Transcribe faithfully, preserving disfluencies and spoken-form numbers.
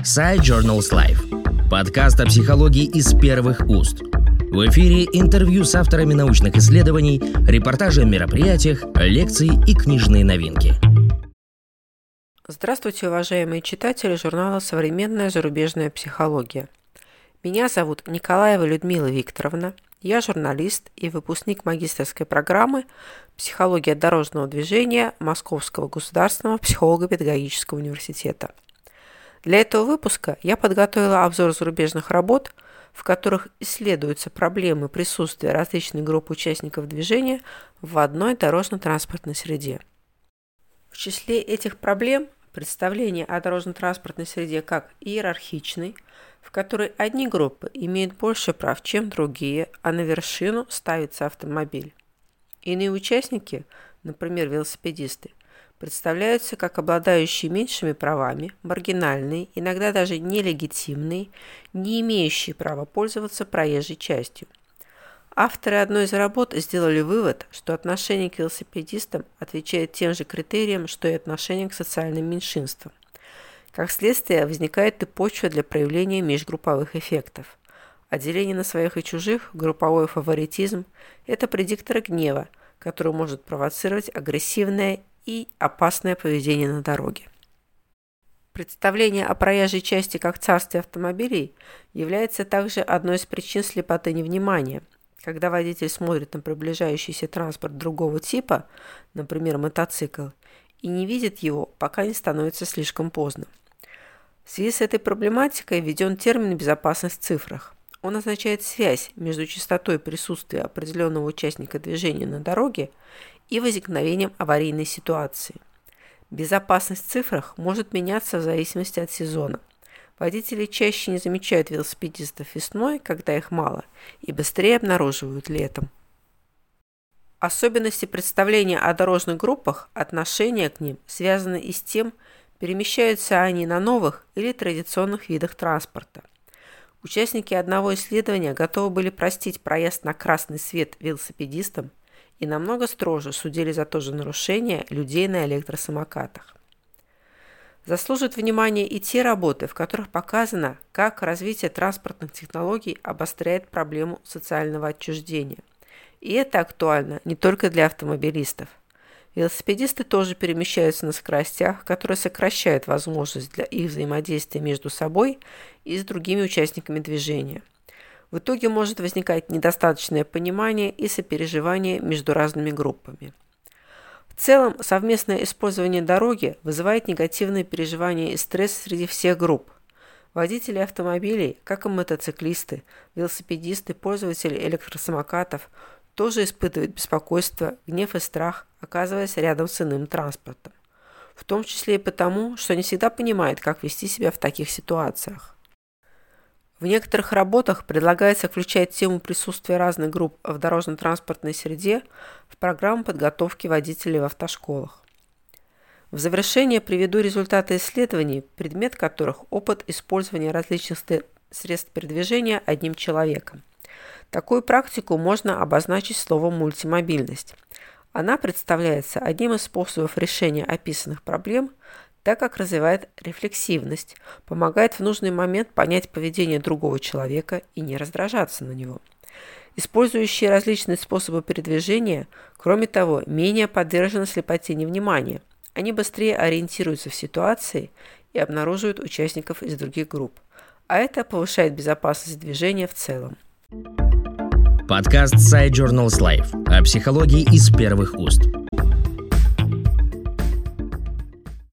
Side Journals Life. Подкаст о психологии из первых уст. В эфире интервью с авторами научных исследований, репортажи о мероприятиях, лекции и книжные новинки. Здравствуйте, уважаемые читатели журнала «Современная зарубежная психология». Меня зовут Николаева Людмила Викторовна. Я журналист и выпускник магистерской программы «Психология дорожного движения» Московского государственного психолого-педагогического университета. Для этого выпуска я подготовила обзор зарубежных работ, в которых исследуются проблемы присутствия различных групп участников движения в одной дорожно-транспортной среде. В числе этих проблем представление о дорожно-транспортной среде как иерархичной, в которой одни группы имеют больше прав, чем другие, а на вершину ставится автомобиль. Иные участники, например, велосипедисты, представляются как обладающие меньшими правами, маргинальные, иногда даже нелегитимные, не имеющие права пользоваться проезжей частью. Авторы одной из работ сделали вывод, что отношение к велосипедистам отвечает тем же критериям, что и отношение к социальным меньшинствам. Как следствие, возникает и почва для проявления межгрупповых эффектов. Отделение на своих и чужих, групповой фаворитизм – это предикторы гнева, который может провоцировать агрессивное и опасное поведение на дороге. Представление о проезжей части как царстве автомобилей является также одной из причин слепоты невнимания. Когда водитель смотрит на приближающийся транспорт другого типа, например, мотоцикл, и не видит его, пока не становится слишком поздно. В связи с этой проблематикой введен термин «безопасность в цифрах». Он означает связь между частотой присутствия определенного участника движения на дороге и возникновением аварийной ситуации. Безопасность в цифрах может меняться в зависимости от сезона. Водители чаще не замечают велосипедистов весной, когда их мало, и быстрее обнаруживают летом. Особенности представления о дорожных группах, отношение к ним связаны и с тем, перемещаются они на новых или традиционных видах транспорта. Участники одного исследования готовы были простить проезд на красный свет велосипедистам и намного строже судили за то же нарушение людей на электросамокатах. Заслуживают внимания и те работы, в которых показано, как развитие транспортных технологий обостряет проблему социального отчуждения. И это актуально не только для автомобилистов. Велосипедисты тоже перемещаются на скоростях, которые сокращают возможность для их взаимодействия между собой и с другими участниками движения. В итоге может возникать недостаточное понимание и сопереживание между разными группами. В целом, совместное использование дороги вызывает негативные переживания и стресс среди всех групп. Водители автомобилей, как и мотоциклисты, велосипедисты, пользователи электросамокатов тоже испытывают беспокойство, гнев и страх, оказываясь рядом с иным транспортом. В том числе и потому, что не всегда понимают, как вести себя в таких ситуациях. В некоторых работах предлагается включать тему присутствия разных групп в дорожно-транспортной среде в программу подготовки водителей в автошколах. В завершение приведу результаты исследований, предмет которых – опыт использования различных средств передвижения одним человеком. Такую практику можно обозначить словом «мультимобильность». Она представляется одним из способов решения описанных проблем, так как развивает рефлексивность, помогает в нужный момент понять поведение другого человека и не раздражаться на него. Использующие различные способы передвижения, кроме того, менее подвержены слепоте невнимания. Они быстрее ориентируются в ситуации и обнаруживают участников из других групп, а это повышает безопасность движения в целом. Подкаст Side Journals Life о психологии из первых уст.